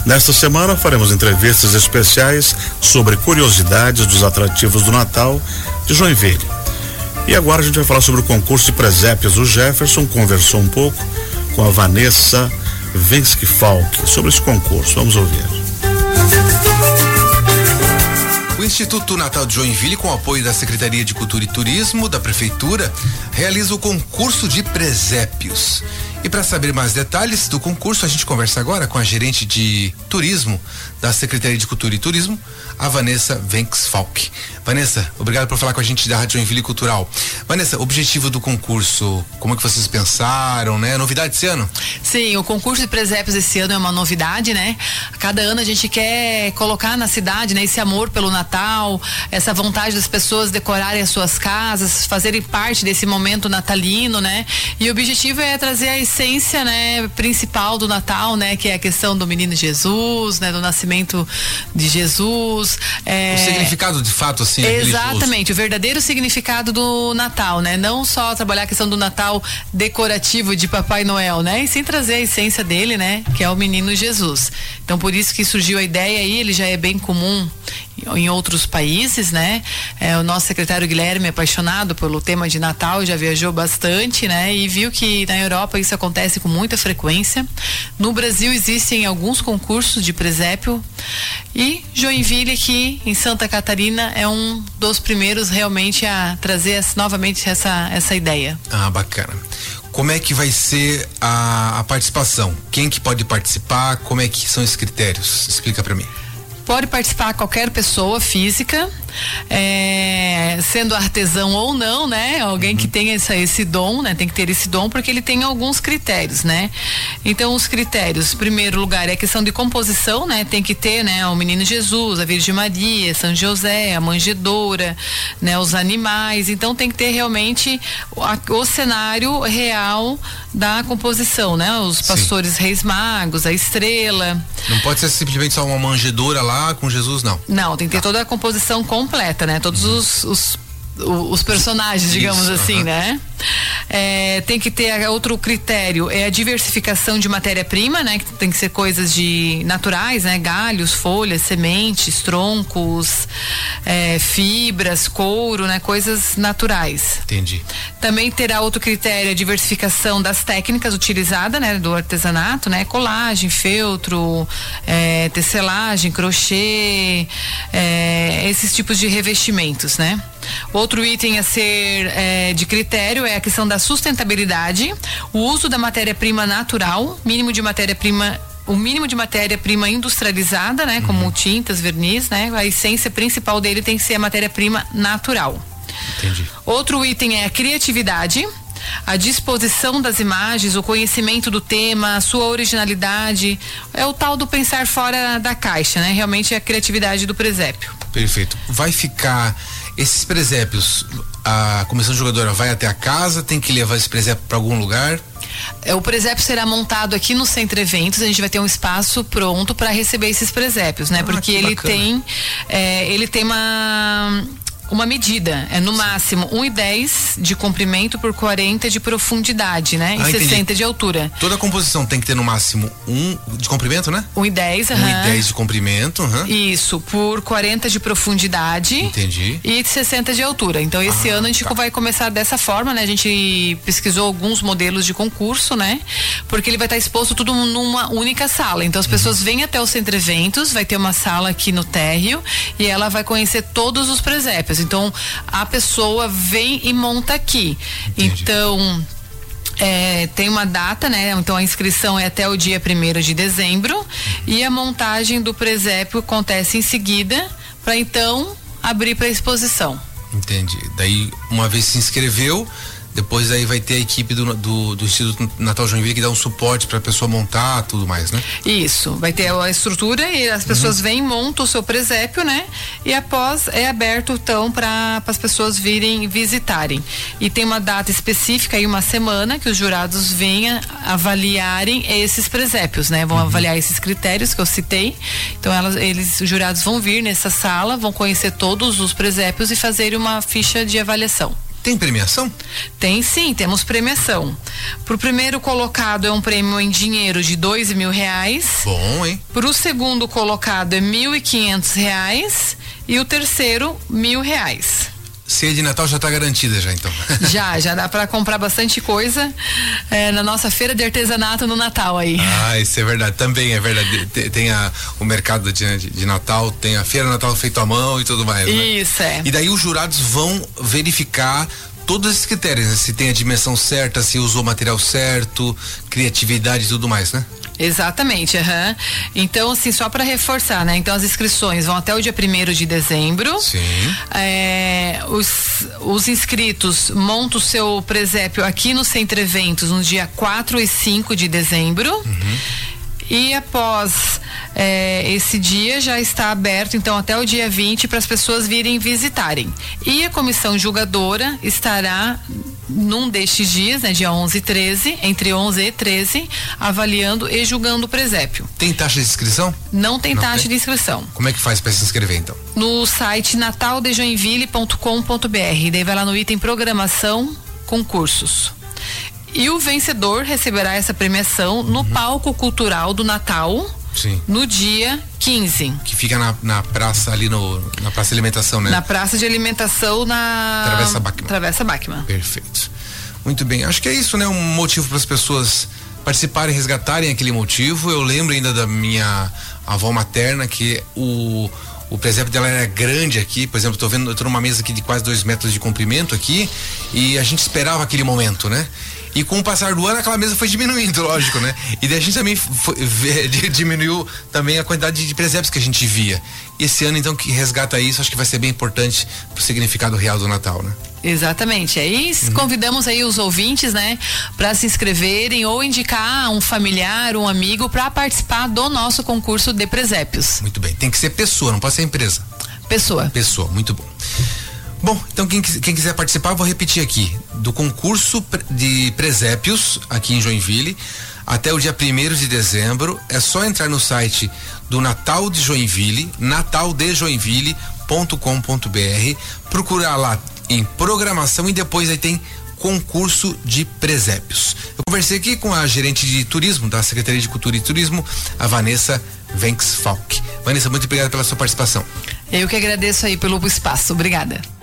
Nesta semana faremos entrevistas especiais sobre curiosidades dos atrativos do Natal de Joinville. E agora a gente vai falar sobre o concurso de presépios. O Jefferson conversou um pouco com a Vanessa Venski-Falck sobre esse concurso. Vamos ouvir. O Instituto Natal de Joinville, com o apoio da Secretaria de Cultura e Turismo da Prefeitura, realiza o concurso de presépios. E para saber mais detalhes do concurso, a gente conversa agora com a gerente de turismo da Secretaria de Cultura e Turismo, a Vanessa Venski-Falck. Vanessa, obrigado por falar com a gente da Rádio Joinville Cultural. Vanessa, o objetivo do concurso, como é que vocês pensaram, né? Novidade esse ano? Sim, o concurso de presépios esse ano é uma novidade, né? Cada ano a gente quer colocar na cidade, né, esse amor pelo Natal, essa vontade das pessoas decorarem as suas casas, fazerem parte desse momento natalino, né? E o objetivo é trazer a essência, né, principal do Natal, né, que é a questão do menino Jesus, né, do nascimento de Jesus. O significado de fato, assim, exatamente, religioso. O verdadeiro significado do Natal, né? Não só trabalhar a questão do Natal decorativo de Papai Noel, né? E sim trazer a essência dele, né? Que é o menino Jesus. Então, por isso que surgiu a ideia aí, ele já é bem comum em outros países, né? O nosso secretário Guilherme é apaixonado pelo tema de Natal, já viajou bastante, né? E viu que na Europa isso acontece com muita frequência. No Brasil existem alguns concursos de presépio e Joinville aqui em Santa Catarina é um dos primeiros realmente a trazer novamente essa ideia. Ah, bacana. Como é que vai ser a participação? Quem que pode participar? Como é que são os critérios? Explica para mim. Pode participar qualquer pessoa física, sendo artesão ou não, né? Alguém que tenha esse dom, né? Tem que ter esse dom porque ele tem alguns critérios, né? Então, os critérios, em primeiro lugar, é a questão de composição, né? Tem que ter, né? O menino Jesus, a Virgem Maria, São José, a manjedoura, né? Os animais. Então, tem que ter realmente o cenário real da composição, né? Os pastores Reis Magos, a estrela. Não pode ser simplesmente só uma manjedoura lá com Jesus, não. Não, tem que ter toda a composição completa, né? Todos os personagens, digamos assim, né? Tem que ter outro critério, é a diversificação de matéria-prima, né? Que tem que ser coisas naturais, né? Galhos, folhas, sementes, troncos, fibras, couro, né? Coisas naturais. Entendi. Também terá outro critério, a diversificação das técnicas utilizadas, né? Do artesanato, né? Colagem, feltro, tecelagem, crochê, esses tipos de revestimentos, né? Outro item a ser de critério é a questão da sustentabilidade, o uso da matéria-prima natural, o mínimo de matéria-prima industrializada, né? Como tintas, verniz, né? A essência principal dele tem que ser a matéria-prima natural. Entendi. Outro item é a criatividade, a disposição das imagens, o conhecimento do tema, a sua originalidade, é o tal do pensar fora da caixa, né? Realmente é a criatividade do presépio. Perfeito. Vai ficar esses presépios, a comissão jogadora vai até a casa, tem que levar esse presépio para algum lugar? O presépio será montado aqui no Centro Eventos, a gente vai ter um espaço pronto para receber esses presépios, né? Porque ele tem uma medida, no máximo 1,10 de comprimento por 40 de profundidade, né? E 60 de altura. Toda a composição tem que ter no máximo 1 de comprimento, né? 1,10, 1,10 de comprimento, Isso, por 40 de profundidade. Entendi. E 60 de altura. Então, esse ano a gente vai começar dessa forma, né? A gente pesquisou alguns modelos de concurso, né? Porque ele vai estar exposto tudo numa única sala. Então, as pessoas vêm até o Centro Eventos, vai ter uma sala aqui no térreo e ela vai conhecer todos os presépios. Então, a pessoa vem e monta aqui. Entendi. Então, tem uma data, né? Então, a inscrição é até o dia 1º de dezembro e a montagem do presépio acontece em seguida para então abrir para exposição. Entendi. Daí, uma vez se inscreveu, depois aí vai ter a equipe do Instituto Natal Joinville que dá um suporte para a pessoa montar tudo mais, né? Isso, vai ter a estrutura e as pessoas vêm, montam o seu presépio, né? E após é aberto então para as pessoas virem visitarem. E tem uma data específica aí, uma semana, que os jurados venham avaliarem esses presépios, né? Vão avaliar esses critérios que eu citei. Então os jurados vão vir nessa sala, vão conhecer todos os presépios e fazer uma ficha de avaliação. Tem premiação? Tem sim, temos premiação. Pro primeiro colocado é um prêmio em dinheiro de R$2.000. Bom, hein? Pro segundo colocado é R$1.500 e o terceiro R$1.000. Ceia de Natal já está garantida já, então. Já dá para comprar bastante coisa na nossa feira de artesanato no Natal aí. Ah, isso é verdade, também é verdade. Tem o mercado de Natal, tem a feira Natal feito à mão e tudo mais, né? Isso, é. E daí os jurados vão verificar todos esses critérios, né? Se tem a dimensão certa, se usou o material certo, criatividade e tudo mais, né? Exatamente, Então, assim, só para reforçar, né? Então, as inscrições vão até o dia 1º de dezembro. Sim. Os inscritos montam o seu presépio aqui no Centro Eventos no dia 4 e 5 de dezembro. Uhum. E após esse dia já está aberto, então, até o dia 20 para as pessoas virem visitarem. E a comissão julgadora estará num destes dias, né, dia 11 e 13, entre 11 e 13, avaliando e julgando o presépio. Tem taxa de inscrição? Não tem taxa de inscrição. Como é que faz para se inscrever, então? No site nataldejoinville.com.br, daí vai lá no item programação, concursos. E o vencedor receberá essa premiação no palco cultural do Natal. Sim. No dia 15. Que fica na praça ali na praça de alimentação, né? Na praça de alimentação na Travessa Bachmann. Perfeito. Muito bem. Acho que é isso, né? Um motivo para as pessoas participarem, resgatarem aquele motivo. Eu lembro ainda da minha avó materna que o presépio dela era grande aqui, por exemplo, eu tô numa mesa aqui de quase 2 metros de comprimento aqui, e a gente esperava aquele momento, né? E com o passar do ano, aquela mesa foi diminuindo, lógico, né? E daí a gente também diminuiu também a quantidade de presépios que a gente via. E esse ano, então, que resgata isso, acho que vai ser bem importante pro significado real do Natal, né? Exatamente. Aí convidamos aí os ouvintes, né, para se inscreverem ou indicar um familiar, um amigo para participar do nosso concurso de presépios. Muito bem. Tem que ser pessoa, não pode ser empresa. Pessoa, muito bom. Bom, então quem quiser participar, vou repetir aqui, do concurso de presépios aqui em Joinville, até o dia 1º de dezembro, é só entrar no site do Natal de Joinville, nataldejoinville.com.br, procurar lá em programação e depois aí tem concurso de presépios. Eu conversei aqui com a gerente de turismo da Secretaria de Cultura e Turismo, a Vanessa Venksfalk. Vanessa, muito obrigado pela sua participação. Eu que agradeço aí pelo espaço. Obrigada.